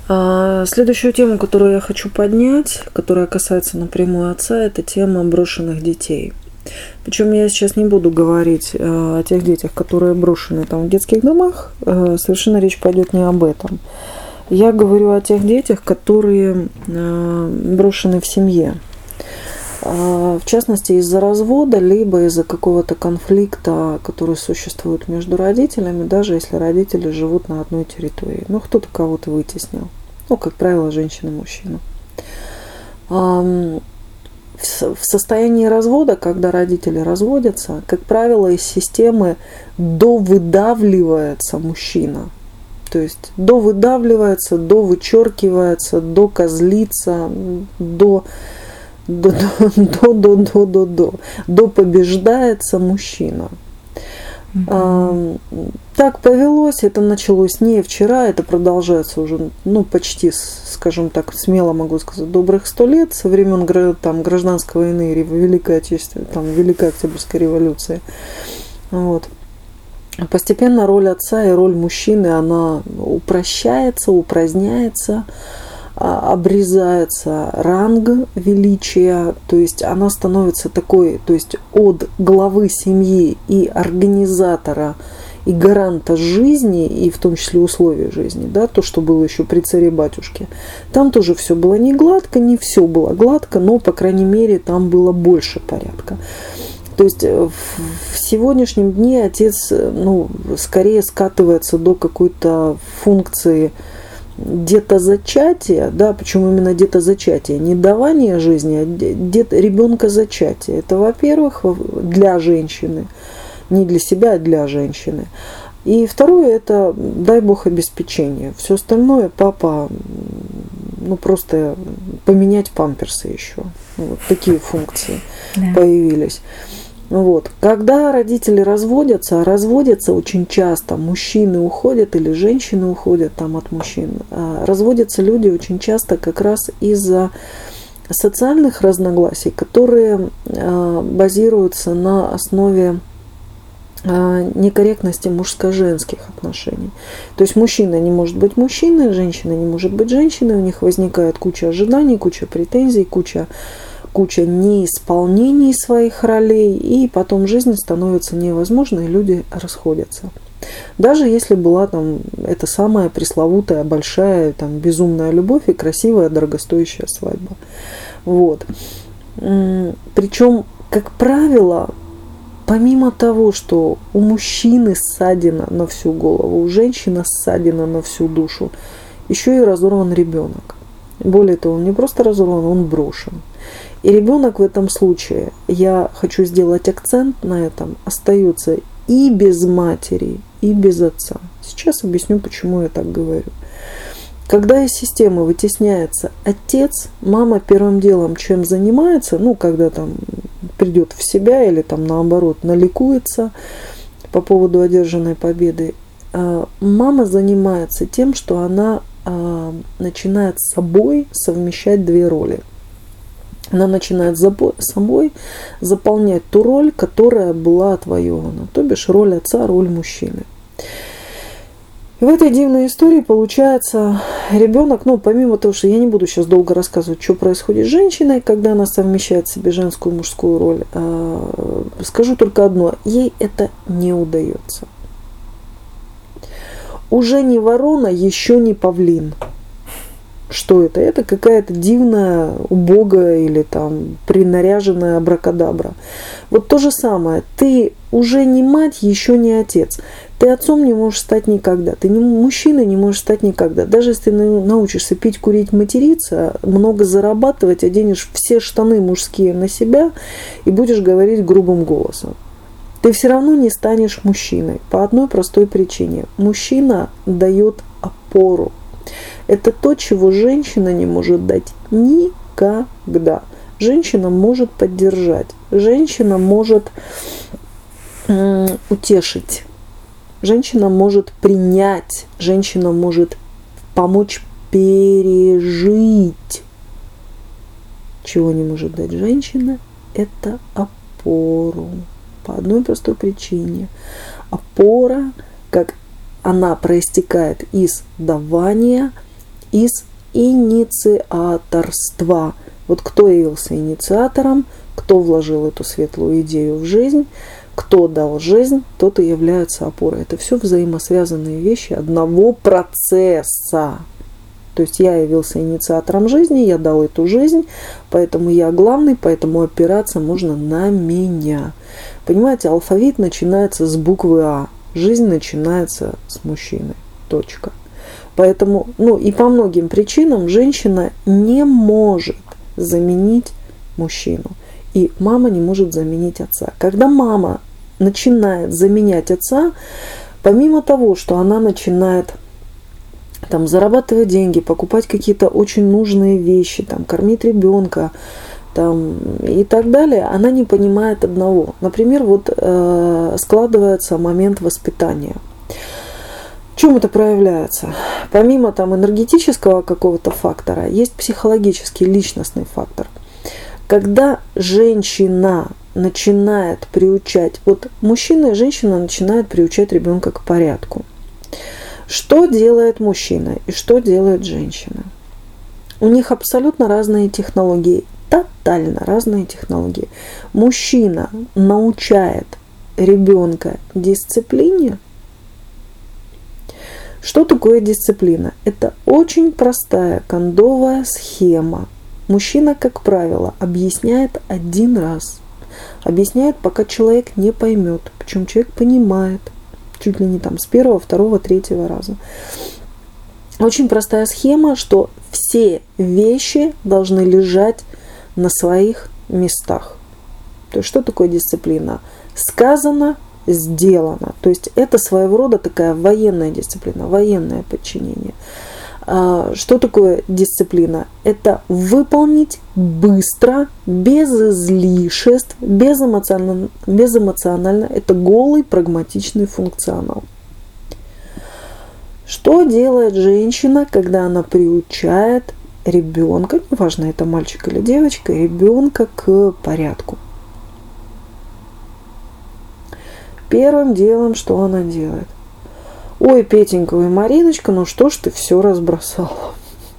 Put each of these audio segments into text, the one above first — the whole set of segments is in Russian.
Следующую тему, которую я хочу поднять, которая касается напрямую отца, это тема брошенных детей. Причем я сейчас не буду говорить о тех детях, которые брошены там в детских домах. Совершенно речь пойдет не об этом. Я говорю о тех детях, которые брошены в семье. В частности, из-за развода, либо из-за какого-то конфликта, который существует между родителями, даже если родители живут на одной территории. Ну, кто-то кого-то вытеснил. Ну, как правило, женщина, мужчина. В состоянии развода, когда родители разводятся, как правило, из системы довыдавливается мужчина. То есть довыдавливается, довычеркивается, докозлится, побеждается мужчина. Так повелось, это началось не вчера, это продолжается уже, почти, скажем так, смело могу сказать, добрых 100 лет, со времен там, гражданской войны, Великой Октябрьской революции. Вот. Постепенно роль отца и роль мужчины, она упрощается, упраздняется, обрезается ранг величия, то есть она становится такой, то есть от главы семьи и организатора и гаранта жизни, и в том числе условий жизни, да, то, что было еще при царе-батюшке. Там тоже все было не гладко, не все было гладко, но, по крайней мере, там было больше порядка. То есть в сегодняшнем дне отец, скорее скатывается до какой-то функции детозачатия, да, почему именно детозачатие, не давание жизни, а ребенка зачатия. Это, во-первых, для женщины, не для себя, а для женщины. И второе, это, дай бог, обеспечение. Все остальное папа, просто поменять памперсы еще. Вот такие функции появились. Вот. Когда родители разводятся, очень часто мужчины уходят или женщины уходят там от мужчин, разводятся люди очень часто как раз из-за социальных разногласий, которые базируются на основе некорректности мужско-женских отношений. То есть мужчина не может быть мужчиной, женщина не может быть женщиной, у них возникает куча ожиданий, куча претензий, куча неисполнений своих ролей, и потом жизнь становится невозможной, и люди расходятся. Даже если была там эта самая пресловутая, большая, там, безумная любовь и красивая, дорогостоящая свадьба. Вот. Причем, как правило, помимо того, что у мужчины ссадина на всю голову, у женщины ссадина на всю душу, еще и разорван ребенок. Более того, он не просто разорван, он брошен. И ребенок в этом случае, я хочу сделать акцент на этом, остается и без матери, и без отца. Сейчас объясню, почему я так говорю. Когда из системы вытесняется отец, мама первым делом чем занимается, когда там придет в себя или там наоборот наликуется по поводу одержанной победы, мама занимается тем, что она начинает с собой совмещать две роли. Она начинает собой заполнять ту роль, которая была отвоевана, то бишь роль отца, роль мужчины. И в этой дивной истории получается ребенок, помимо того, что я не буду сейчас долго рассказывать, что происходит с женщиной, когда она совмещает в себе женскую и мужскую роль, скажу только одно, ей это не удается. Уже не ворона, еще не павлин. Что это? Это какая-то дивная, убогая или там принаряженная абракадабра. Вот то же самое. Ты уже не мать, еще не отец. Ты отцом не можешь стать никогда. Ты мужчиной не можешь стать никогда. Даже если ты научишься пить, курить, материться, много зарабатывать, оденешь все штаны мужские на себя и будешь говорить грубым голосом. Ты все равно не станешь мужчиной. По одной простой причине. Мужчина дает опору. Это то, чего женщина не может дать никогда. Женщина может поддержать, женщина может утешить, женщина может принять, женщина может помочь пережить. Чего не может дать женщина? Это опору. По одной простой причине. Опора, как она проистекает из давания из инициаторства. Вот кто явился инициатором, кто вложил эту светлую идею в жизнь, кто дал жизнь, тот и является опорой. Это все взаимосвязанные вещи одного процесса. То есть я явился инициатором жизни, я дал эту жизнь, поэтому я главный, поэтому опираться можно на меня. Понимаете, алфавит начинается с буквы А, жизнь начинается с мужчины. Точка. Поэтому, и по многим причинам женщина не может заменить мужчину. И мама не может заменить отца. Когда мама начинает заменять отца, помимо того, что она начинает зарабатывать деньги, покупать какие-то очень нужные вещи, кормить ребенка и так далее, она не понимает одного. Например, складывается момент воспитания. В чем это проявляется? Помимо энергетического какого-то фактора, есть психологический, личностный фактор. Когда женщина начинает приучать, мужчина и женщина начинают приучать ребенка к порядку. Что делает мужчина и что делает женщина? У них абсолютно разные технологии, тотально разные технологии. Мужчина научает ребенка дисциплине. Что такое дисциплина? Это очень простая кондовая схема. Мужчина, как правило, объясняет один раз. Объясняет, пока человек не поймет. Причем человек понимает. Чуть ли не с первого, второго, третьего раза. Очень простая схема, что все вещи должны лежать на своих местах. То есть, что такое дисциплина? Сказано, сделано. То есть, это своего рода такая военная дисциплина, военное подчинение. Что такое дисциплина? Это выполнить быстро, без излишеств, безэмоционально. Это голый прагматичный функционал. Что делает женщина, когда она приучает ребенка, неважно, это мальчик или девочка, ребенка к порядку? Первым делом, что она делает? Ой, Петенька, ой, Мариночка, что ж ты все разбросала?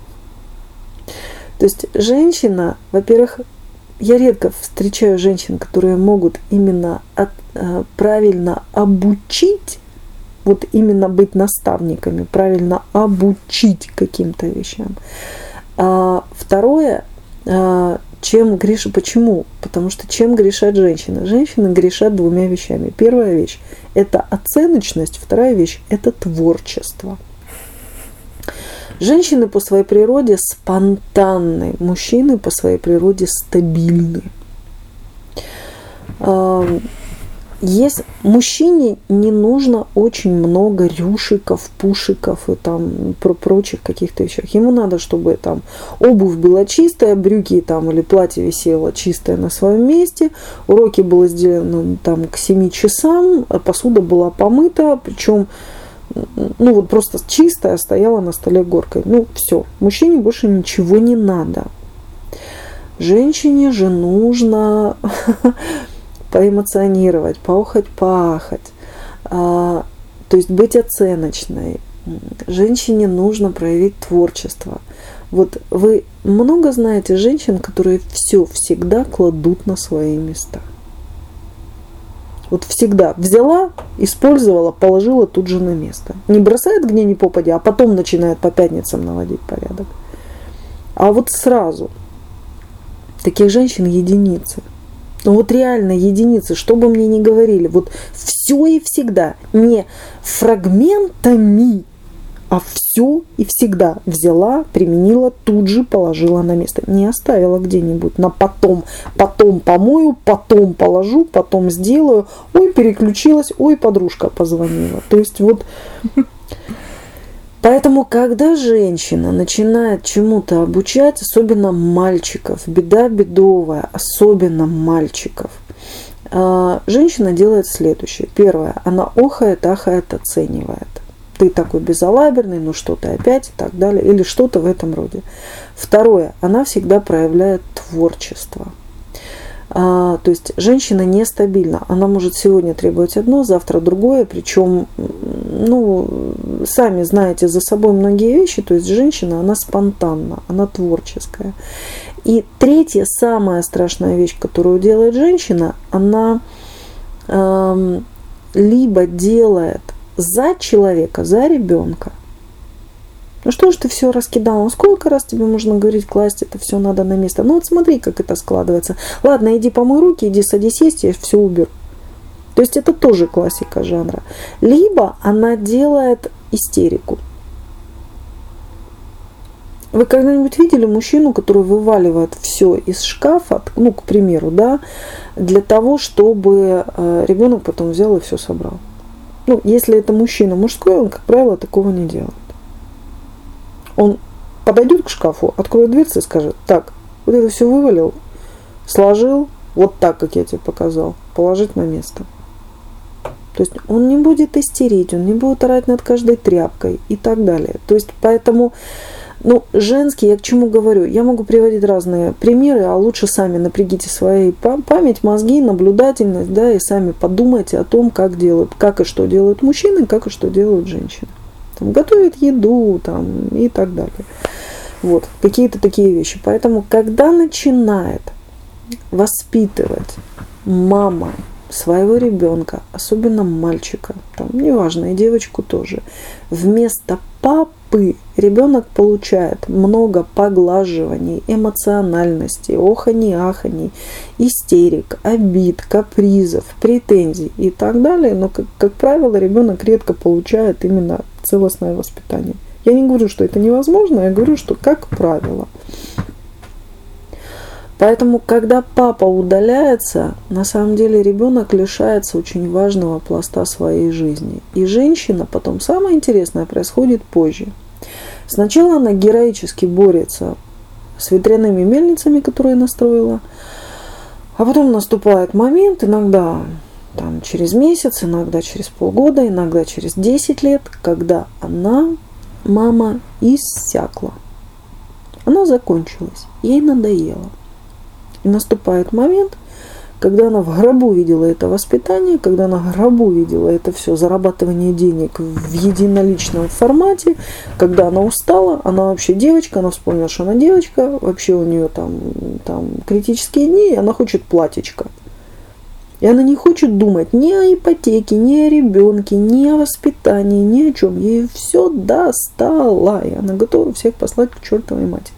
То есть женщина, во-первых, я редко встречаю женщин, которые могут именно правильно обучить, именно быть наставниками, правильно обучить каким-то вещам. Второе, почему? Потому что чем грешат женщины? Женщины грешат двумя вещами. Первая вещь – это оценочность, вторая вещь – это творчество. Женщины по своей природе спонтанны, мужчины по своей природе стабильны. Мужчине не нужно очень много рюшиков, пушиков и прочих каких-то вещей. Ему надо, чтобы обувь была чистая, брюки или платье висело чистое на своем месте, уроки было сделано к 7 часам, посуда была помыта, причем просто чистая стояла на столе горкой. Все, мужчине больше ничего не надо. Женщине же нужно поэмоционировать, поохать-поахать, то есть быть оценочной. Женщине нужно проявить творчество. Вы много знаете женщин, которые все всегда кладут на свои места. Всегда взяла, использовала, положила тут же на место. Не бросает где ни попадя, а потом начинает по пятницам наводить порядок. А сразу. Таких женщин единицы. Реально единицы, что бы мне ни говорили, все и всегда, не фрагментами, а все и всегда взяла, применила, тут же положила на место. Не оставила где-нибудь на потом помою, потом положу, потом сделаю, ой, переключилась, ой, подружка позвонила. То есть поэтому, когда женщина начинает чему-то обучать, особенно мальчиков, беда бедовая, особенно мальчиков, женщина делает следующее. Первое, она охает, ахает, оценивает. Ты такой безалаберный, что ты опять и так далее, или что-то в этом роде. Второе, она всегда проявляет творчество. То есть женщина нестабильна. Она может сегодня требовать одно, завтра другое, причем сами знаете за собой многие вещи, то есть женщина, она спонтанна, она творческая. И третья, самая страшная вещь, которую делает женщина, она либо делает за человека, за ребенка. Ну что ж ты все раскидал? Ну сколько раз тебе можно говорить, класть это все надо на место? Ну вот смотри, как это складывается. Ладно, иди помой руки, иди садись есть, я все уберу. То есть это тоже классика жанра. Либо она делает истерику. Вы когда-нибудь видели мужчину, который вываливает все из шкафа, к примеру, да, для того, чтобы ребенок потом взял и все собрал? Если это мужчина мужской, он, как правило, такого не делает. Он подойдет к шкафу, откроет дверцу и скажет: так, вот это все вывалил, сложил, вот так, как я тебе показал, положить на место. То есть он не будет истерить, он не будет орать над каждой тряпкой и так далее. То есть поэтому, женский, я к чему говорю? Я могу приводить разные примеры, а лучше сами напрягите свои память, мозги, наблюдательность, да, и сами подумайте о том, как и что делают мужчины, как и что делают женщины. Готовят еду и так далее. Вот, какие-то такие вещи. Поэтому, когда начинает воспитывать мама своего ребенка, особенно мальчика, неважно, и девочку тоже, вместо папы ребенок получает много поглаживаний, эмоциональности, оханий, истерик, обид, капризов, претензий и так далее. Но, как правило, ребенок редко получает именно целостное воспитание. Я не говорю, что это невозможно, я говорю, что как правило. Поэтому, когда папа удаляется, на самом деле ребенок лишается очень важного пласта своей жизни. И женщина потом, самое интересное происходит позже. Сначала она героически борется с ветряными мельницами, которые настроила, а потом наступает момент, иногда через месяц, иногда через полгода, иногда через 10 лет, когда мама, иссякла. Она закончилась, ей надоело. И наступает момент, когда она в гробу видела это воспитание, когда она в гробу видела это все зарабатывание денег в единоличном формате, когда она устала, она вообще девочка, она вспомнила, что она девочка, вообще у нее там критические дни, и она хочет платьечко. И она не хочет думать ни о ипотеке, ни о ребенке, ни о воспитании, ни о чем. Ей все достало, и она готова всех послать к чертовой матери.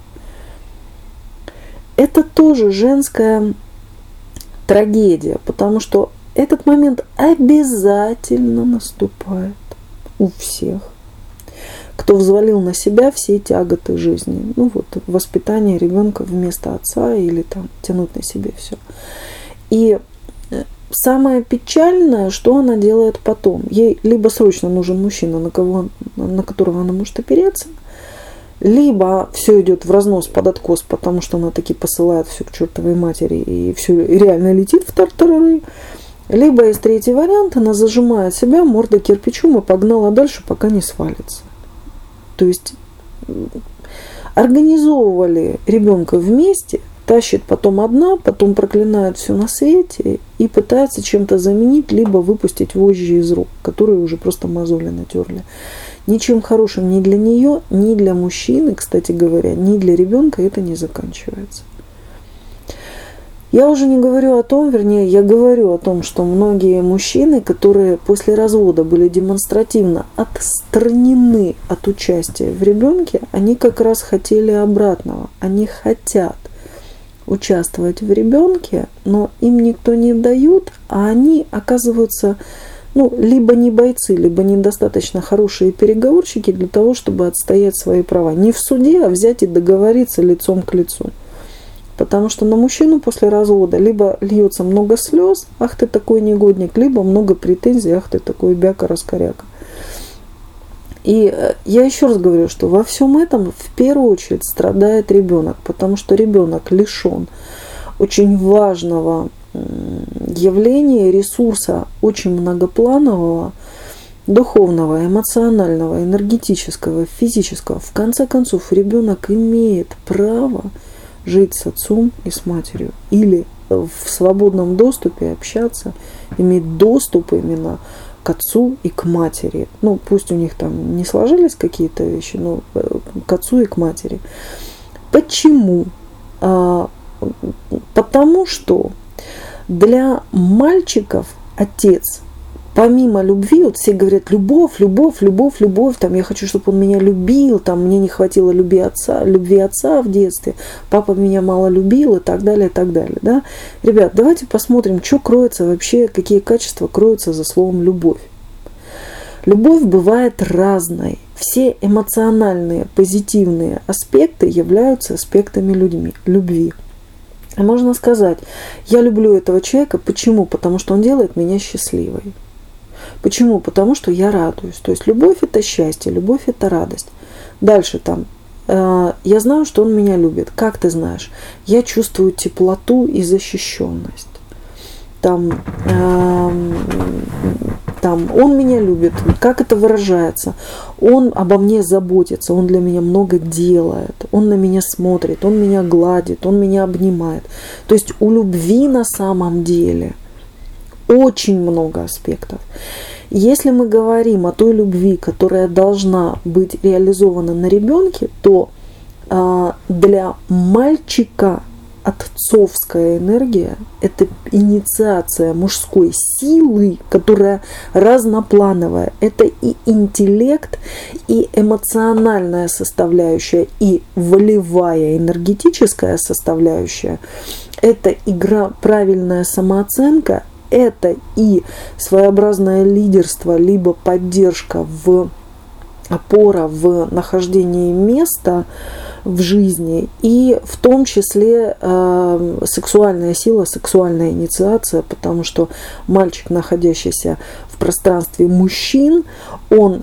Это тоже женская трагедия, потому что этот момент обязательно наступает у всех, кто взвалил на себя все тяготы жизни. Воспитание ребенка вместо отца или тянуть на себе все. И самое печальное, что она делает потом. Ей либо срочно нужен мужчина, на которого она может опереться, либо все идет в разнос под откос, потому что она таки посылает все к чертовой матери и все реально летит в тартарары. Либо есть третий вариант, она зажимает себя мордой кирпичом и погнала дальше, пока не свалится. То есть организовывали ребенка вместе, тащит потом одна, потом проклинает все на свете и пытается чем-то заменить, либо выпустить вожжи из рук, которые уже просто мозоли натерли. Ничем хорошим ни для нее, ни для мужчины, кстати говоря, ни для ребенка это не заканчивается. Я уже не говорю о том, я говорю о том, что многие мужчины, которые после развода были демонстративно отстранены от участия в ребенке, они как раз хотели обратного. Они хотят участвовать в ребенке, но им никто не дает, а они оказываются либо не бойцы, либо недостаточно хорошие переговорщики для того, чтобы отстоять свои права. Не в суде, а взять и договориться лицом к лицу. Потому что на мужчину после развода либо льется много слез, ах ты такой негодник, либо много претензий, ах ты такой бяка-раскоряка. И я еще раз говорю, что во всем этом в первую очередь страдает ребенок, потому что ребенок лишен очень важного явления, ресурса, очень многопланового, духовного, эмоционального, энергетического, физического. В конце концов, ребенок имеет право жить с отцом и с матерью или в свободном доступе общаться, иметь доступ именно к к отцу и к матери. Ну, пусть у них там не сложились какие-то вещи, но к отцу и к матери. Почему? Потому что для мальчиков отец, помимо любви, вот все говорят, любовь, любовь, любовь, любовь, там, я хочу, чтобы он меня любил, там, мне не хватило любви отца в детстве, папа меня мало любил и так далее, да. Ребят, давайте посмотрим, что кроется вообще, какие качества кроются за словом любовь. Любовь бывает разной. Все эмоциональные, позитивные аспекты являются аспектами любви. Можно сказать, я люблю этого человека. Почему? Потому что он делает меня счастливой. Почему? Потому что я радуюсь. То есть любовь – это счастье, любовь – это радость. Дальше там. Я знаю, что он меня любит. Как ты знаешь? Я чувствую теплоту и защищенность. Там он меня любит. Как это выражается? Он обо мне заботится, он для меня много делает, он на меня смотрит, он меня гладит, он меня обнимает. То есть у любви на самом деле очень много аспектов. Если мы говорим о той любви, которая должна быть реализована на ребенке, то для мальчика отцовская энергия – это инициация мужской силы, которая разноплановая. Это и интеллект, и эмоциональная составляющая, и волевая энергетическая составляющая. Это игра, правильная самооценка, это и своеобразное лидерство, либо поддержка опора в нахождении места в жизни, и в том числе сексуальная сила, сексуальная инициация, потому что мальчик, находящийся в пространстве мужчин, он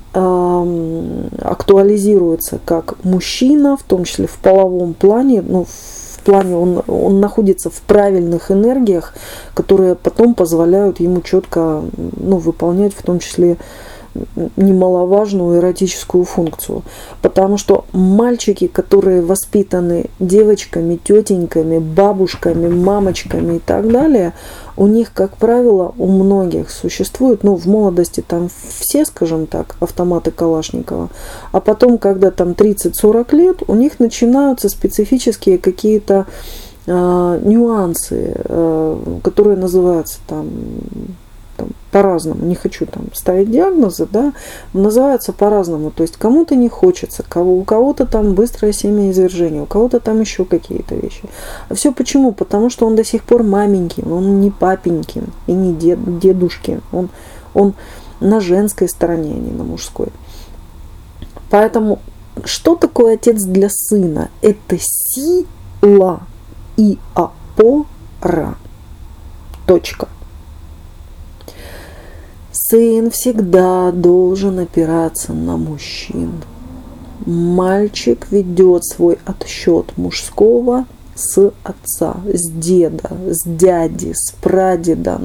актуализируется как мужчина, в том числе в половом плане, в плане он находится в правильных энергиях, которые потом позволяют ему четко выполнять в том числе немаловажную эротическую функцию. Потому что мальчики, которые воспитаны девочками, тетеньками, бабушками, мамочками и так далее, у них, как правило, у многих существует, в молодости там все, скажем так, автоматы Калашникова, а потом, когда там 30-40 лет, у них начинаются специфические какие-то нюансы, которые называются там по-разному, не хочу ставить диагнозы, называются по-разному, то есть кому-то не хочется, у кого-то там быстрое семяизвержение, у кого-то там еще какие-то вещи. А все почему? Потому что он до сих пор маменькин, он не папенькин и не дедушкин, он на женской стороне, а не на мужской. Поэтому что такое отец для сына? Это сила и опора. Точка. Сын всегда должен опираться на мужчин. Мальчик ведет свой отсчет мужского с отца, с деда, с дяди, с прадеда,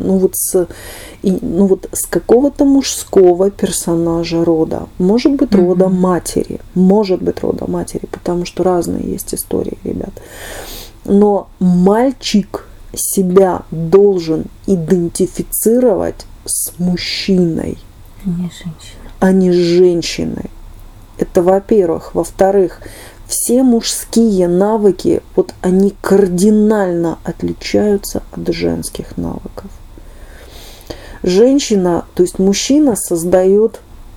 с какого-то мужского персонажа рода. Может быть, рода матери, потому что разные есть истории, ребят. Но мальчик себя должен идентифицировать с мужчиной, а не с женщиной. Это во-первых. Во-вторых, все мужские навыки, они кардинально отличаются от женских навыков. Женщина, то есть мужчина создает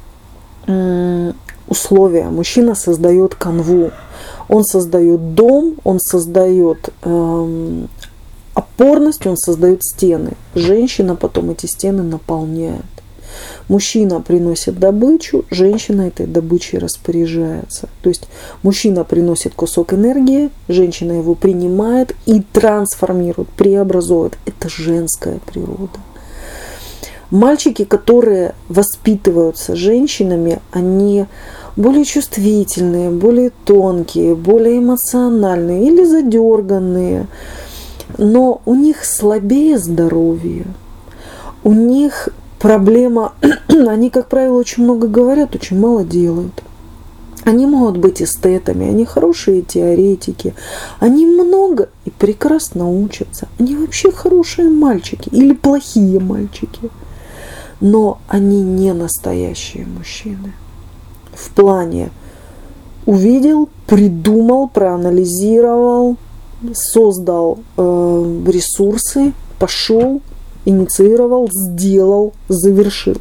условия, мужчина создает канву, он создает дом, он создает опорность, он создает стены. Женщина потом эти стены наполняет. Мужчина приносит добычу, женщина этой добычей распоряжается. То есть мужчина приносит кусок энергии, женщина его принимает и трансформирует, преобразует. Это женская природа. Мальчики, которые воспитываются женщинами, они более чувствительные, более тонкие, более эмоциональные или задерганные. Но у них слабее здоровье, у них проблема, они, как правило, очень много говорят, очень мало делают. Они могут быть эстетами, они хорошие теоретики, они много и прекрасно учатся, они вообще хорошие мальчики или плохие мальчики. но они не настоящие мужчины. В плане увидел, придумал, проанализировал, создал ресурсы, пошел, инициировал, сделал, завершил.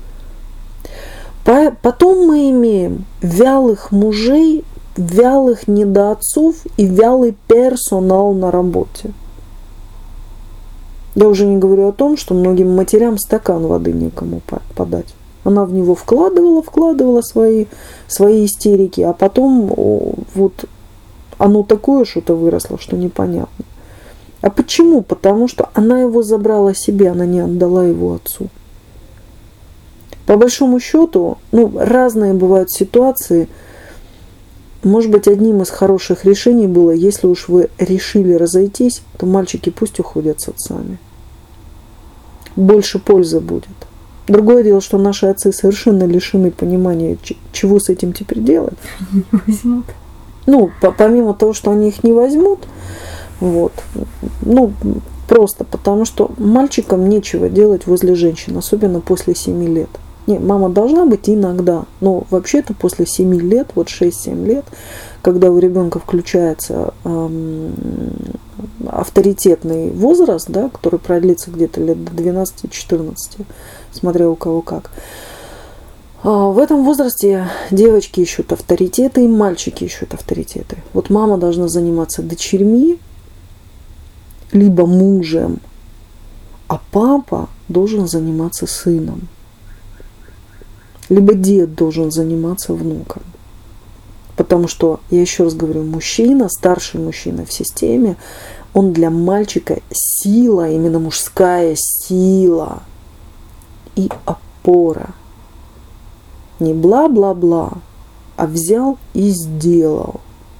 Потом мы имеем вялых мужей, вялых недоотцов и вялый персонал на работе. Я уже не говорю о том, что многим матерям стакан воды некому подать. Она в него вкладывала свои истерики, а потом вот оно такое что-то выросло, что непонятно. А почему? Потому что она его забрала себе, она не отдала его отцу. По большому счету, разные бывают ситуации. Может быть, одним из хороших решений было, если уж вы решили разойтись, то мальчики пусть уходят с отцами. Больше пользы будет. Другое дело, что наши отцы совершенно лишены понимания, чего с этим теперь делать. Они не возьмут. Помимо того, что они их не возьмут, просто потому что мальчикам нечего делать возле женщин, особенно после 7 лет. Не, мама должна быть иногда, но вообще-то после 7 лет, 6-7 лет, когда у ребенка включается авторитетный возраст, да, который продлится где-то лет до 12-14, смотря у кого как. В этом возрасте девочки ищут авторитеты и мальчики ищут авторитеты. Вот мама должна заниматься дочерьми, либо мужем, а папа должен заниматься сыном. Либо дед должен заниматься внуком. Потому что, я еще раз говорю, мужчина, старший мужчина в системе, он для мальчика сила, именно мужская сила и опора. Не бла-бла-бла, а взял и сделал.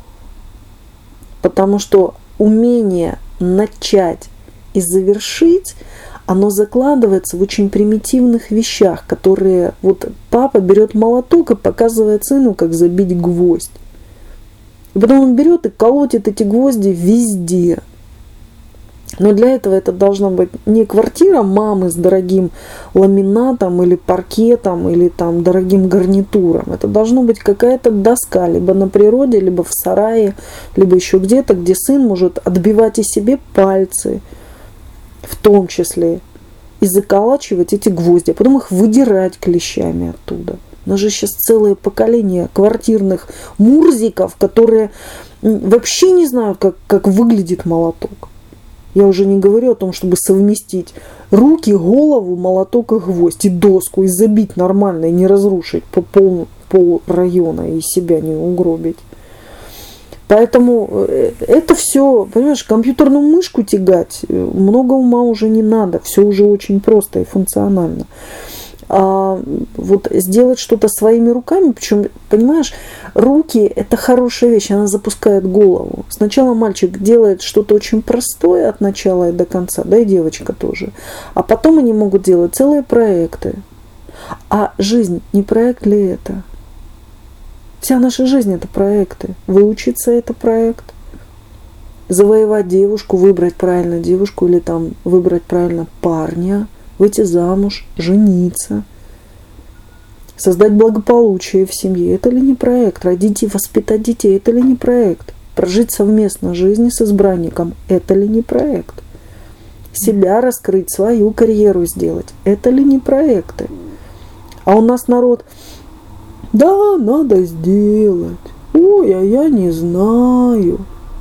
Потому что умение начать и завершить, оно закладывается в очень примитивных вещах, которые папа берет молоток и показывает сыну, как забить гвоздь. И потом он берет и колотит эти гвозди везде. Но для этого это должна быть не квартира мамы с дорогим ламинатом или паркетом или там дорогим гарнитуром. Это должна быть какая-то доска, либо на природе, либо в сарае, либо еще где-то, где сын может отбивать и себе пальцы, в том числе, и заколачивать эти гвозди, а потом их выдирать клещами оттуда. У нас же сейчас целое поколение квартирных мурзиков, которые вообще не знают, как выглядит молоток. Я уже не говорю о том, чтобы совместить руки, голову, молоток и гвоздь, и доску, и забить нормально, и не разрушить пол района, и себя не угробить. Поэтому это все, понимаешь, компьютерную мышку тягать, много ума уже не надо, все уже очень просто и функционально. А сделать что-то своими руками, причем, понимаешь, руки – это хорошая вещь, она запускает голову. Сначала мальчик делает что-то очень простое от начала и до конца, да и девочка тоже. А потом они могут делать целые проекты. А жизнь не проект ли это? Вся наша жизнь – это проекты. Выучиться – это проект. Завоевать девушку, выбрать правильно девушку или там выбрать правильно парня, выйти замуж, жениться, создать благополучие в семье – это ли не проект? Родить и воспитать детей – это ли не проект? Прожить совместно жизнь с избранником – это ли не проект? Себя раскрыть, свою карьеру сделать – это ли не проекты? А у нас народ: да, надо сделать. Ой, а я не знаю.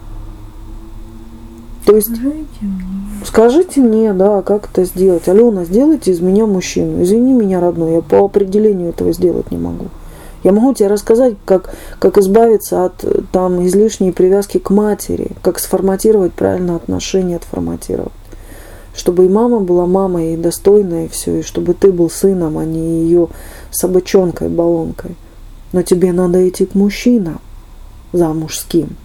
То есть, скажите мне, да, как это сделать. Алена, сделайте из меня мужчину. Извини меня, родной, я по определению этого сделать не могу. Я могу тебе рассказать, как избавиться от излишней привязки к матери, как сформатировать правильно отношения, отформатировать. Чтобы и мама была мамой, и достойной, и все, и чтобы ты был сыном, а не ее собачонкой, баллонкой. Но тебе надо идти к мужчинам, за мужским.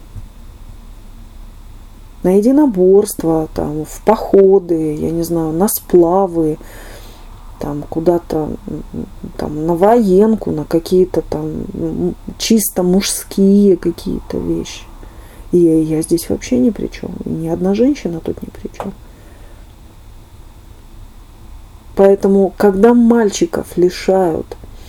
На единоборства, в походы, я не знаю, на сплавы, куда-то на военку, на какие-то чисто мужские какие-то вещи. И я здесь вообще ни при чем. Ни одна женщина тут ни при чем. Поэтому, когда мальчиков лишают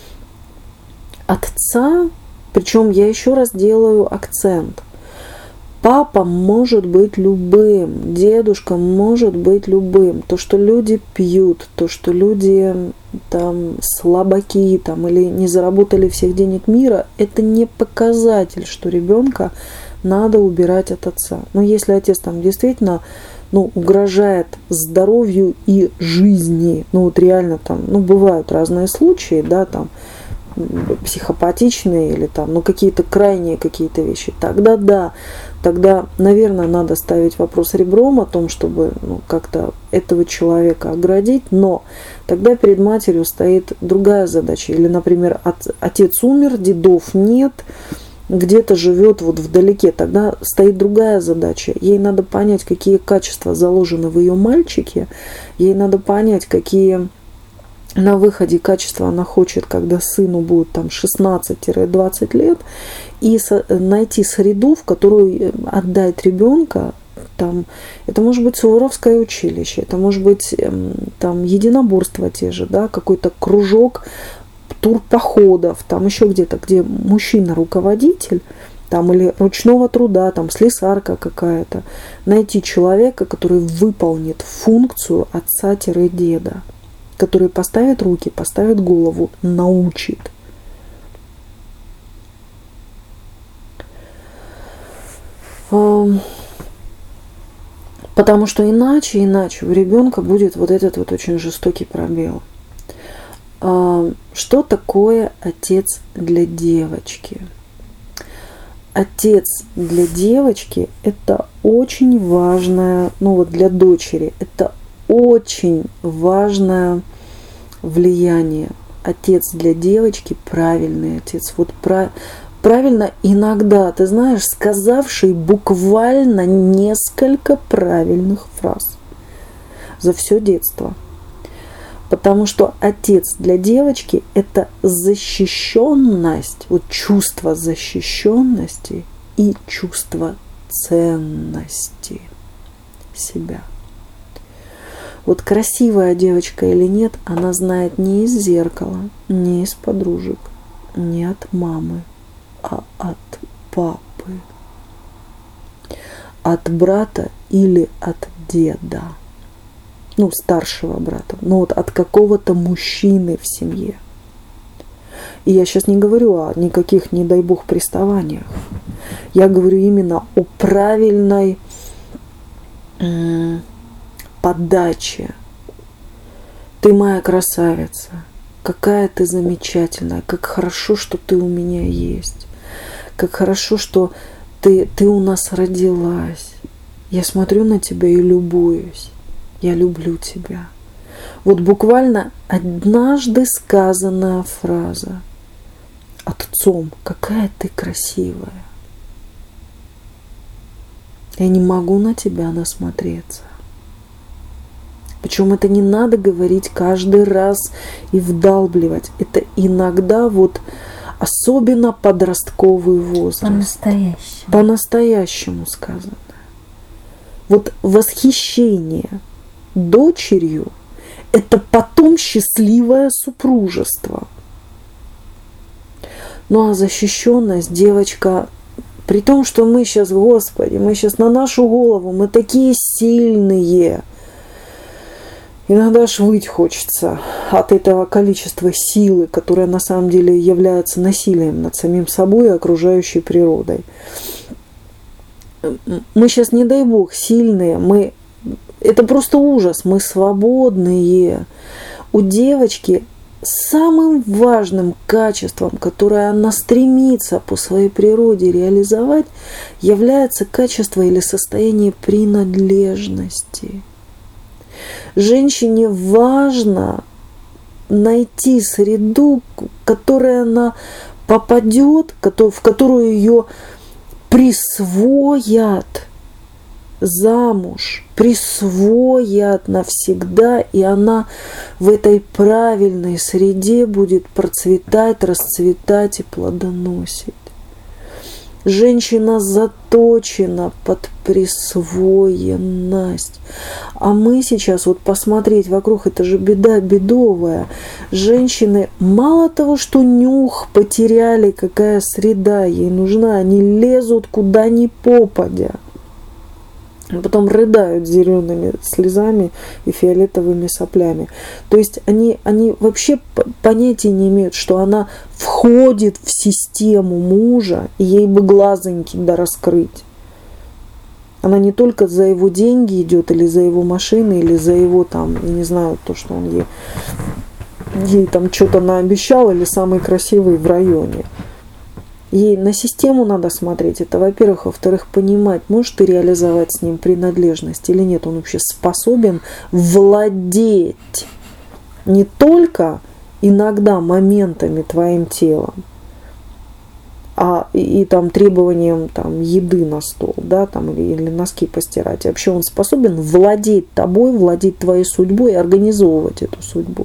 отца, причем я еще раз делаю акцент, папа может быть любым, дедушка может быть любым. То, что люди пьют, то, что люди там слабаки там, или не заработали всех денег мира, это не показатель, что ребенка надо убирать от отца. Но если отец там действительно угрожает здоровью и жизни, вот реально там, бывают разные случаи, да, там, психопатичные или там, какие-то крайние какие-то вещи, тогда да, тогда, наверное, надо ставить вопрос ребром о том, чтобы как-то этого человека оградить, но тогда перед матерью стоит другая задача. Или, например, отец умер, дедов нет, где-то живет вот вдалеке, тогда стоит другая задача. Ей надо понять, какие качества заложены в ее мальчике, ей надо понять, какие на выходе качества она хочет, когда сыну будет там 16-20 лет, и найти среду, в которую отдать ребенка. Там, это может быть Суворовское училище, это может быть там единоборства те же, да, какой-то кружок турпоходов, там еще где-то, где мужчина руководитель, там, или ручного труда, там слесарка какая-то. Найти человека, который выполнит функцию отца-деда, который поставит руки, поставит голову, научит. Потому что иначе у ребенка будет вот этот вот очень жестокий пробел. Что такое отец для девочки? Отец для девочки – это очень важное, для дочери, это очень важное влияние. Отец для девочки – правильный отец. Вот правильно иногда, ты знаешь, сказавший буквально несколько правильных фраз за все детство. Потому что отец для девочки – это защищенность, вот чувство защищенности и чувство ценности себя. Вот красивая девочка или нет, она знает не из зеркала, не из подружек, не от мамы, а от папы, от брата или от деда, старшего брата, вот от какого-то мужчины в семье. И я сейчас не говорю о никаких, не дай бог, приставаниях. Я говорю именно о правильной подаче. Ты моя красавица, какая ты замечательная, как хорошо, что ты у меня есть, как хорошо, что ты у нас родилась. Я смотрю на тебя и любуюсь. Я люблю тебя. Вот буквально однажды сказанная фраза отцом: какая ты красивая. Я не могу на тебя насмотреться. Причем это не надо говорить каждый раз и вдалбливать. Это иногда особенно подростковый возраст. По-настоящему. По-настоящему сказано. Вот восхищение дочерью – это потом счастливое супружество. А защищенность девочка, при том, что мы сейчас, Господи, мы сейчас на нашу голову, мы такие сильные. Иногда аж выть хочется от этого количества силы, которое на самом деле является насилием над самим собой и окружающей природой. Мы сейчас, не дай бог, сильные, это просто ужас, мы свободные. У девочки самым важным качеством, которое она стремится по своей природе реализовать, является качество или состояние принадлежности. Женщине важно найти среду, в которой она попадет, в которую ее присвоят замуж, присвоят навсегда, и она в этой правильной среде будет процветать, расцветать и плодоносить. Женщина заточена под присвоенность. А мы сейчас, вот посмотреть вокруг, это же беда бедовая. Женщины мало того, что нюх потеряли, какая среда ей нужна, они лезут куда ни попадя. А потом рыдают зелеными слезами и фиолетовыми соплями. То есть они вообще понятия не имеют, что она входит в систему мужа, и ей бы глазоньки да раскрыть. Она не только за его деньги идет, или за его машины, или за его там, я не знаю, то, что он ей там что-то наобещал, или самый красивый в районе. Ей на систему надо смотреть, это во-первых. Во-вторых, понимать, можешь ты реализовать с ним принадлежность или нет. Он вообще способен владеть не только иногда моментами твоим телом, а и там требованием там, еды на стол, да, там, или носки постирать. И вообще он способен владеть тобой, владеть твоей судьбой и организовывать эту судьбу.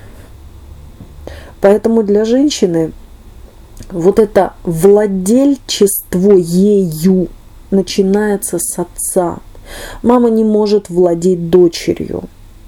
Поэтому для женщины вот это владельчество ею начинается с отца. Мама не может владеть дочерью.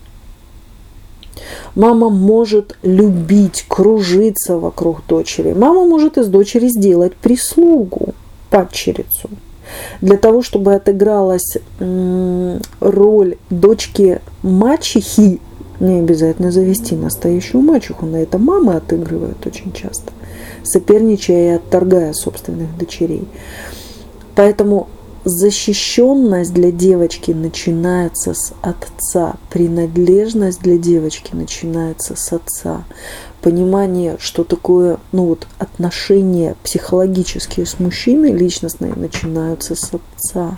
Мама может любить, кружиться вокруг дочери. Мама может из дочери сделать прислугу, падчерицу. Для того, чтобы отыгралась роль дочки мачехи, не обязательно завести настоящую мачеху. На это мамы отыгрывают очень часто, соперничая и отторгая собственных дочерей. Поэтому защищенность для девочки начинается с отца, принадлежность для девочки начинается с отца. Понимание, что такое, отношения психологические с мужчиной, личностные, начинаются с отца.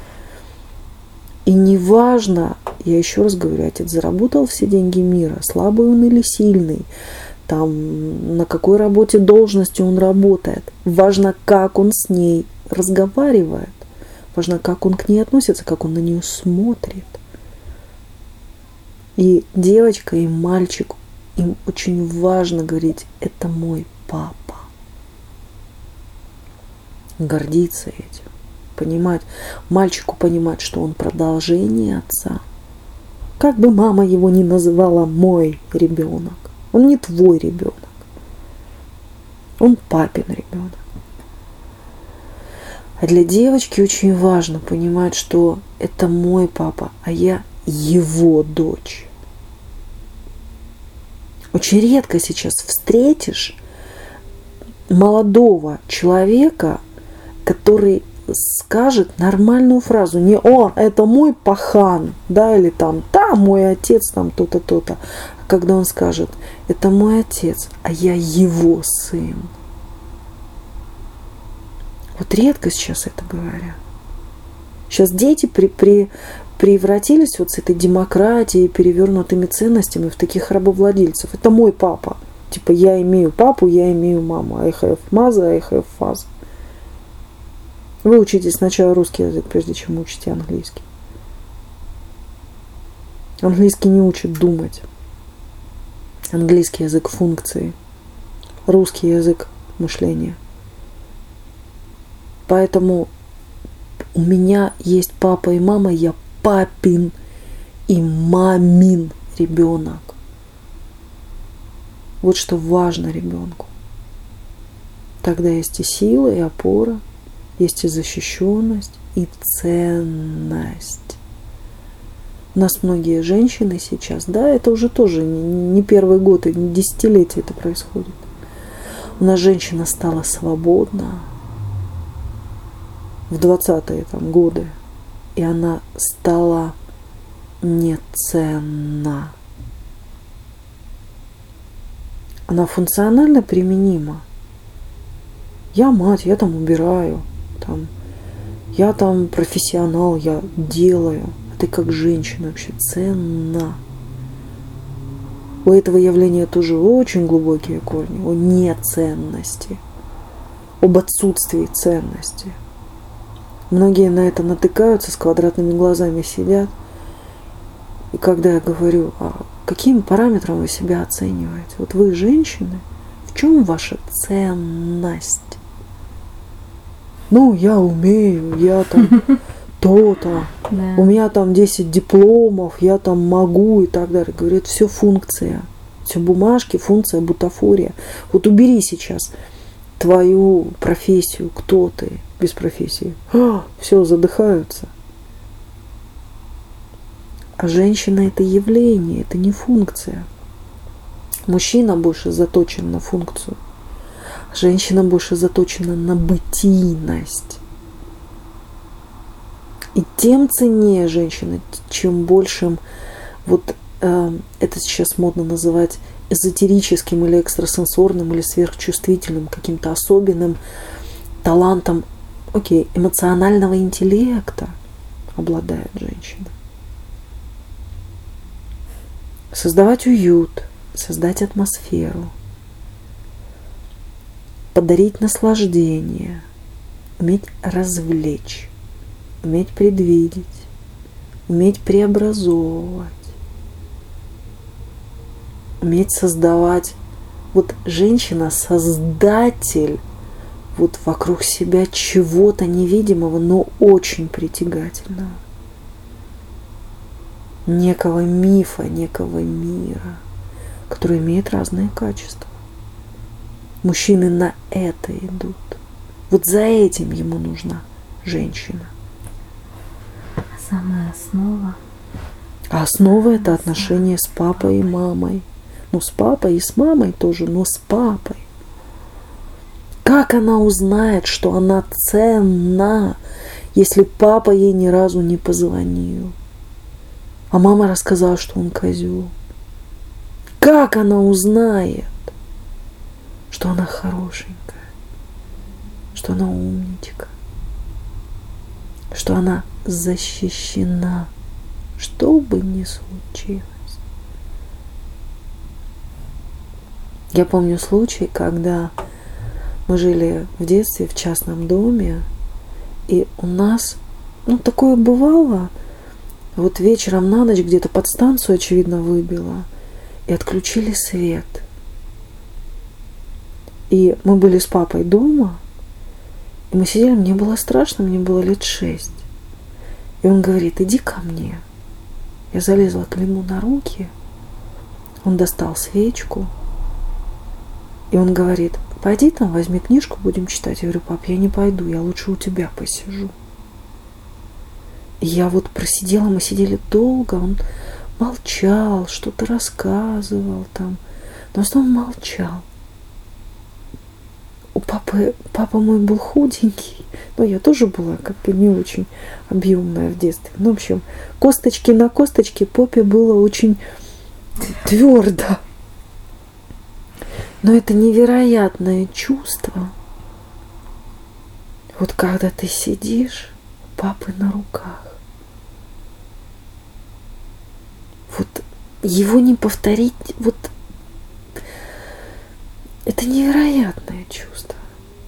И неважно, я еще раз говорю, отец заработал все деньги мира, слабый он или сильный, там, на какой работе, должности он работает. Важно, как он с ней разговаривает. Важно, как он к ней относится, как он на нее смотрит. И девочка, и мальчик, им очень важно говорить: это мой папа. Гордиться этим. Понимать, мальчику понимать, что он продолжение отца. Как бы мама его ни называла мой ребенок, он не твой ребенок. Он папин ребенок. А для девочки очень важно понимать, что это мой папа, а я его дочь. Очень редко сейчас встретишь молодого человека, который скажет нормальную фразу. Не «О, это мой пахан», да, или там «Да, мой отец», там то-то, то-то. А когда он скажет «Это мой отец, а я его сын». Вот редко сейчас это говорят. Сейчас дети превратились вот с этой демократией, перевернутыми ценностями в таких рабовладельцев. Это мой папа. Типа я имею папу, я имею маму. I have mother, I have father. Вы учите сначала русский язык, прежде чем учите английский. Английский не учит думать. Английский язык функции. Русский язык мышления. Поэтому у меня есть папа и мама, я папин и мамин ребенок. Вот что важно ребенку. Тогда есть и сила, и опора, есть и защищенность, и ценность. У нас многие женщины сейчас, да, это уже тоже не первый год, и не десятилетие это происходит. У нас женщина стала свободна в 20-е годы, и она стала неценна. Она функционально применима. Я мать, я там убираю, я там профессионал, я делаю. А ты как женщина вообще ценна. У этого явления тоже очень глубокие корни, о неценности, об отсутствии ценности. Многие на это натыкаются, с квадратными глазами сидят. И когда я говорю, а каким параметром вы себя оцениваете? Вот вы, женщины, в чем ваша ценность? Ну, я умею, я там то-то, у меня там 10 дипломов, я там могу и так далее. Говорит, все функция, все бумажки, функция, бутафория. Вот убери сейчас твою профессию, кто ты без профессии. Все, задыхаются. А женщина – это явление, это не функция. Мужчина больше заточен на функцию. Женщина больше заточена на бытийность. И тем ценнее женщина, чем большим, вот это сейчас модно называть эзотерическим или экстрасенсорным, или сверхчувствительным, каким-то особенным талантом, эмоционального интеллекта обладает женщина. Создавать уют, создать атмосферу, подарить наслаждение, уметь развлечь, уметь предвидеть, уметь преобразовывать, уметь создавать. Вот женщина – создатель вот вокруг себя чего-то невидимого, но очень притягательного. Некого мифа, некого мира, который имеет разные качества. Мужчины на это идут. Вот за этим ему нужна женщина. Самая основа. А основа – это отношения с папой и мамой. Ну, с папой и с мамой тоже, но с папой. Как она узнает, что она ценна, если папа ей ни разу не позвонил, а мама рассказала, что он козел? Как она узнает, что она хорошенькая, что она умничка, что она защищена, что бы ни случилось? Я помню случай, когда мы жили в детстве в частном доме, и у нас, такое бывало, вот вечером на ночь где-то подстанцию, очевидно, выбило, и отключили свет. И мы были с папой дома, и мы сидели, мне было страшно, мне было лет 6. И он говорит, иди ко мне. Я залезла к нему на руки, он достал свечку, и он говорит, пойди там, возьми книжку, будем читать. Я говорю, пап, я не пойду, я лучше у тебя посижу. И я вот просидела, мы сидели долго, он молчал, что-то рассказывал там, но в основном молчал. Папа мой был худенький, но я тоже была как-то не очень объемная в детстве. В общем, косточки на косточке попе было очень твердо. Но это невероятное чувство. Вот когда ты сидишь у папы на руках, вот его не повторить, вот это невероятное чувство.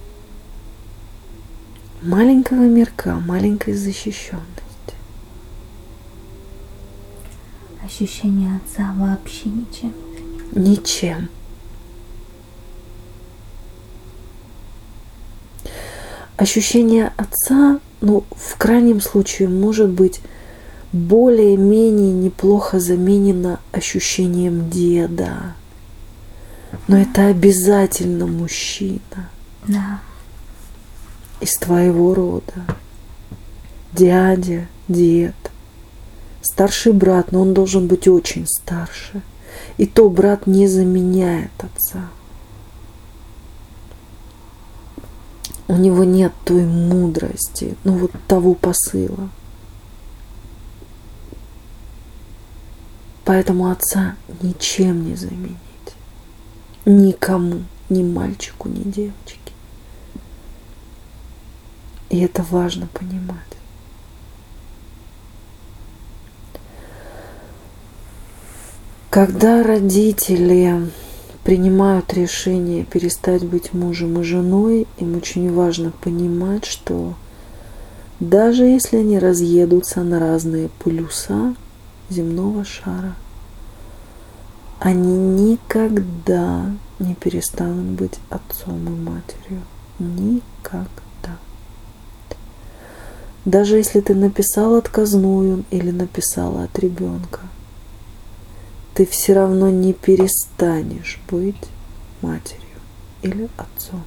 Маленького мирка, маленькой защищенности. Ощущение отца вообще ничем. Ничем. Ощущение отца, в крайнем случае, может быть более-менее неплохо заменено ощущением деда. Но это обязательно мужчина. Да. Из твоего рода. Дядя, дед. Старший брат, но он должен быть очень старше. И то брат не заменяет отца. У него нет той мудрости, того посыла. Поэтому отца ничем не заменить. Никому, ни мальчику, ни девочке. И это важно понимать. Когда родители принимают решение перестать быть мужем и женой, им очень важно понимать, что даже если они разъедутся на разные полюса земного шара, они никогда не перестанут быть отцом и матерью. Никогда. Даже если ты написал отказную или написала от ребенка, ты все равно не перестанешь быть матерью или отцом.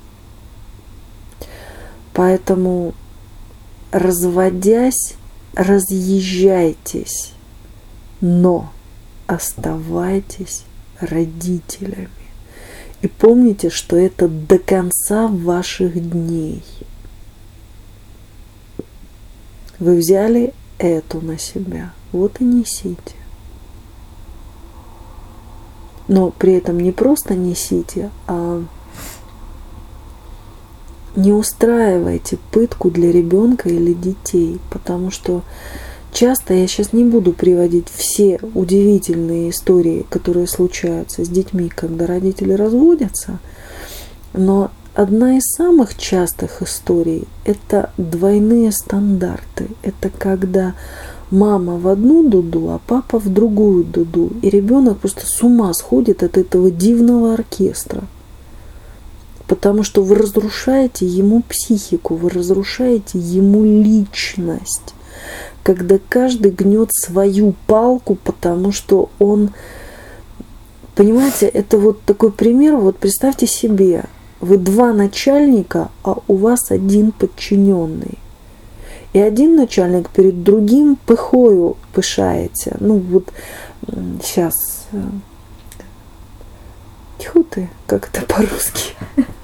Поэтому, разводясь, разъезжайтесь, но оставайтесь родителями. И помните, что это до конца ваших дней. Вы взяли эту на себя, вот и несите. Но при этом не просто несите, а не устраивайте пытку для ребенка или детей, потому что часто, я сейчас не буду приводить все удивительные истории, которые случаются с детьми, когда родители разводятся, но одна из самых частых историй – это двойные стандарты. Это когда мама в одну дуду, а папа в другую дуду. И ребенок просто с ума сходит от этого дивного оркестра. Потому что вы разрушаете ему психику, вы разрушаете ему личность. Когда каждый гнет свою палку, потому что он... Понимаете, это вот такой пример, вот представьте себе, вы два начальника, а у вас один подчиненный. И один начальник перед другим пыхою пышается. Ну вот сейчас... Тьфу ты, как это по-русски?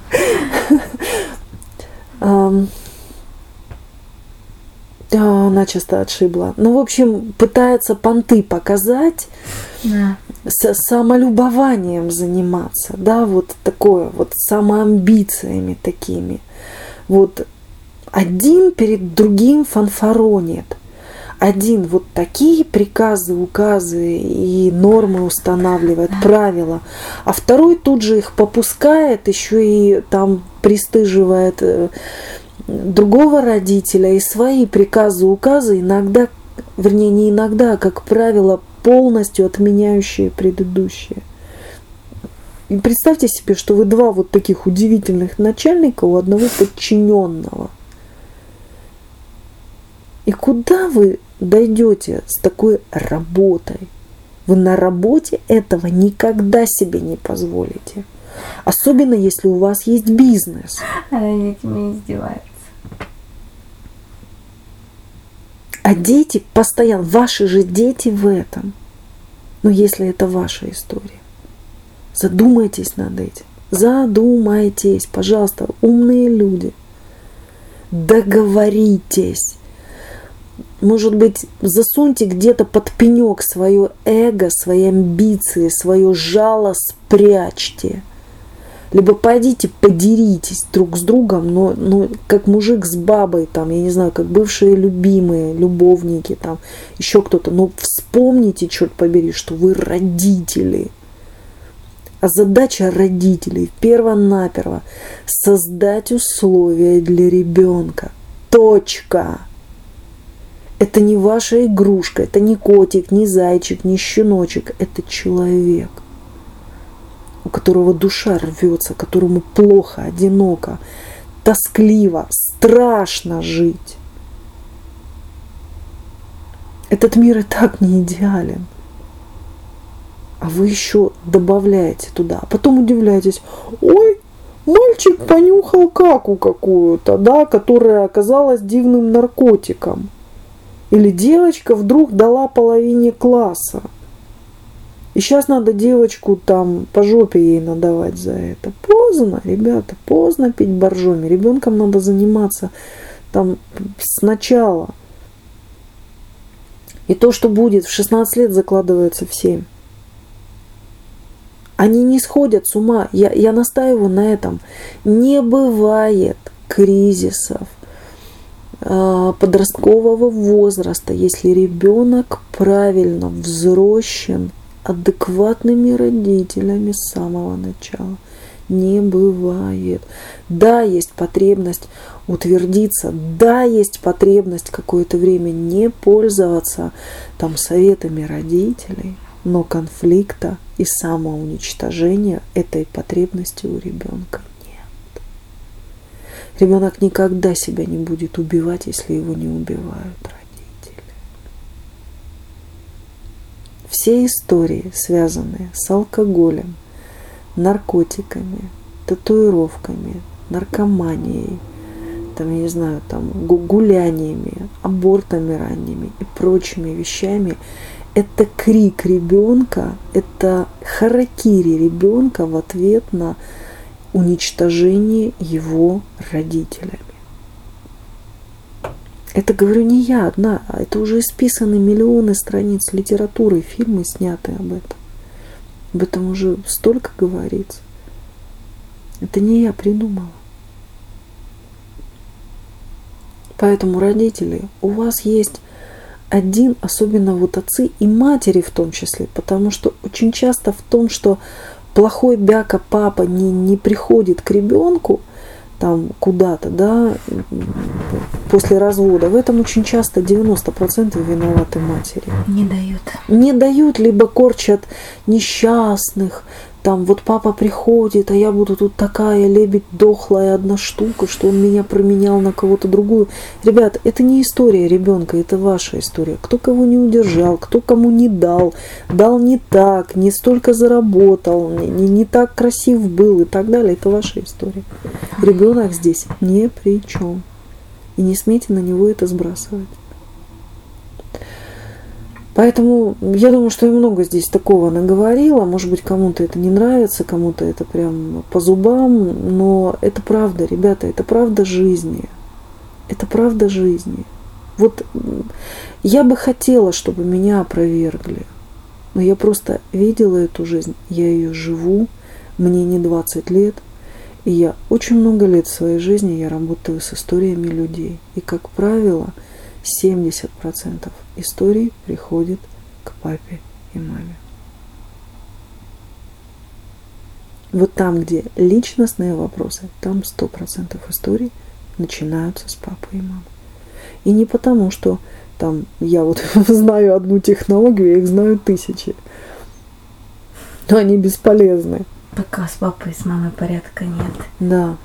Начисто отшибла. Ну, в общем, пытается понты показать, Да. с самолюбованием заниматься, да, вот такое, вот самоамбициями такими. Вот один перед другим фанфаронит. Один вот такие приказы, указы и нормы устанавливает, правила, а второй тут же их попускает, еще и там пристыживает другого родителя и свои приказы, указы иногда, вернее не иногда, а как правило, полностью отменяющие предыдущие. И представьте себе, что вы два вот таких удивительных начальника у одного подчиненного. И куда вы дойдете с такой работой? Вы на работе этого никогда себе не позволите. Особенно если у вас есть бизнес. А над этими издеваются. А дети постоянно, ваши же дети в этом. Ну, если это ваша история. Задумайтесь над этим. Задумайтесь, пожалуйста, умные люди. Договоритесь. Может быть, засуньте где-то под пенек свое эго, свои амбиции, свое жало спрячьте. Либо пойдите подеритесь друг с другом, но как мужик с бабой, там, я не знаю, как бывшие любимые, любовники, там, еще кто-то. Но вспомните, черт побери, что вы родители. А задача родителей перво-наперво создать условия для ребенка. Точка. Это не ваша игрушка, это не котик, не зайчик, не щеночек. Это человек, у которого душа рвется, которому плохо, одиноко, тоскливо, страшно жить. Этот мир и так не идеален. А вы еще добавляете туда. А потом удивляетесь: ой, мальчик понюхал каку какую-то, да, которая оказалась дивным наркотиком. Или девочка вдруг дала половине класса. И сейчас надо девочку там по жопе ей надавать за это. Поздно, ребята, поздно пить боржоми. Ребенком надо заниматься там сначала. И то, что будет в 16 лет, закладывается в 7. Они не сходят с ума. Я настаиваю на этом. Не бывает кризисов подросткового возраста, если ребенок правильно взрощен адекватными родителями с самого начала. Не бывает. Да, есть потребность утвердиться, да, есть потребность какое-то время не пользоваться там советами родителей, но конфликта и самоуничтожения этой потребности у ребенка нет. Ребенок никогда себя не будет убивать, если его не убивают родители. Все истории, связанные с алкоголем, наркотиками, татуировками, наркоманией, там, я не знаю, там, гуляниями, абортами ранними и прочими вещами, это крик ребенка, это харакири ребенка в ответ на уничтожение его родителями. Это говорю не я одна, а это уже исписаны миллионы страниц литературы, фильмы сняты об этом. Об этом уже столько говорится. Это не я придумала. Поэтому, родители, у вас есть один, особенно вот отцы и матери в том числе, потому что очень часто в том, что плохой бяка папа не приходит к ребенку там куда-то, да, после развода, в этом очень часто 90% виноваты матери. Не дают. Не дают, либо корчат несчастных. Там вот папа приходит, а я буду тут такая лебедь дохлая одна штука, что он меня променял на кого-то другую. Ребят, это не история ребенка, это ваша история. Кто кого не удержал, кто кому не дал, дал не так, не столько заработал, не так красив был и так далее. Это ваша история. Ребенок здесь ни при чем. И не смейте на него это сбрасывать. Поэтому я думаю, что я много здесь такого наговорила. Может быть, кому-то это не нравится, кому-то это прям по зубам. Но это правда, ребята, это правда жизни. Это правда жизни. Вот я бы хотела, чтобы меня опровергли. Но я просто видела эту жизнь. Я ее живу. Мне не 20 лет. И я очень много лет в своей жизни я работаю с историями людей. И, как правило, 70% историй приходит к папе и маме. Вот там, где личностные вопросы, там 100% историй начинаются с папы и мамы. И не потому, что там я вот знаю одну технологию, я их знаю 1000. Но они бесполезны. Пока с папой и с мамой порядка нет. Да.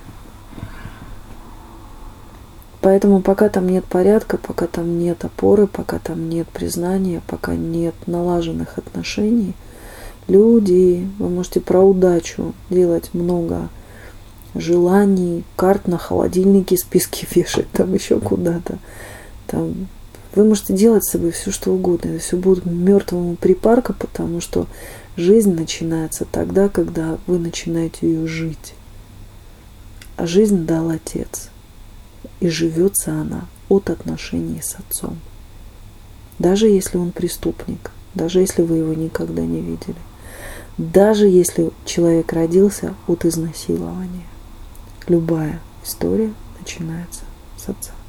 Поэтому пока там нет порядка, пока там нет опоры, пока там нет признания, пока нет налаженных отношений, люди, вы можете про удачу делать много желаний, карт на холодильнике, списки вешать, там еще куда-то. Там, вы можете делать с собой все, что угодно. Это все будет мертвому припарка, потому что жизнь начинается тогда, когда вы начинаете ее жить. А жизнь дал Отец. И живется она от отношений с отцом. Даже если он преступник, даже если вы его никогда не видели, даже если человек родился от изнасилования, любая история начинается с отца.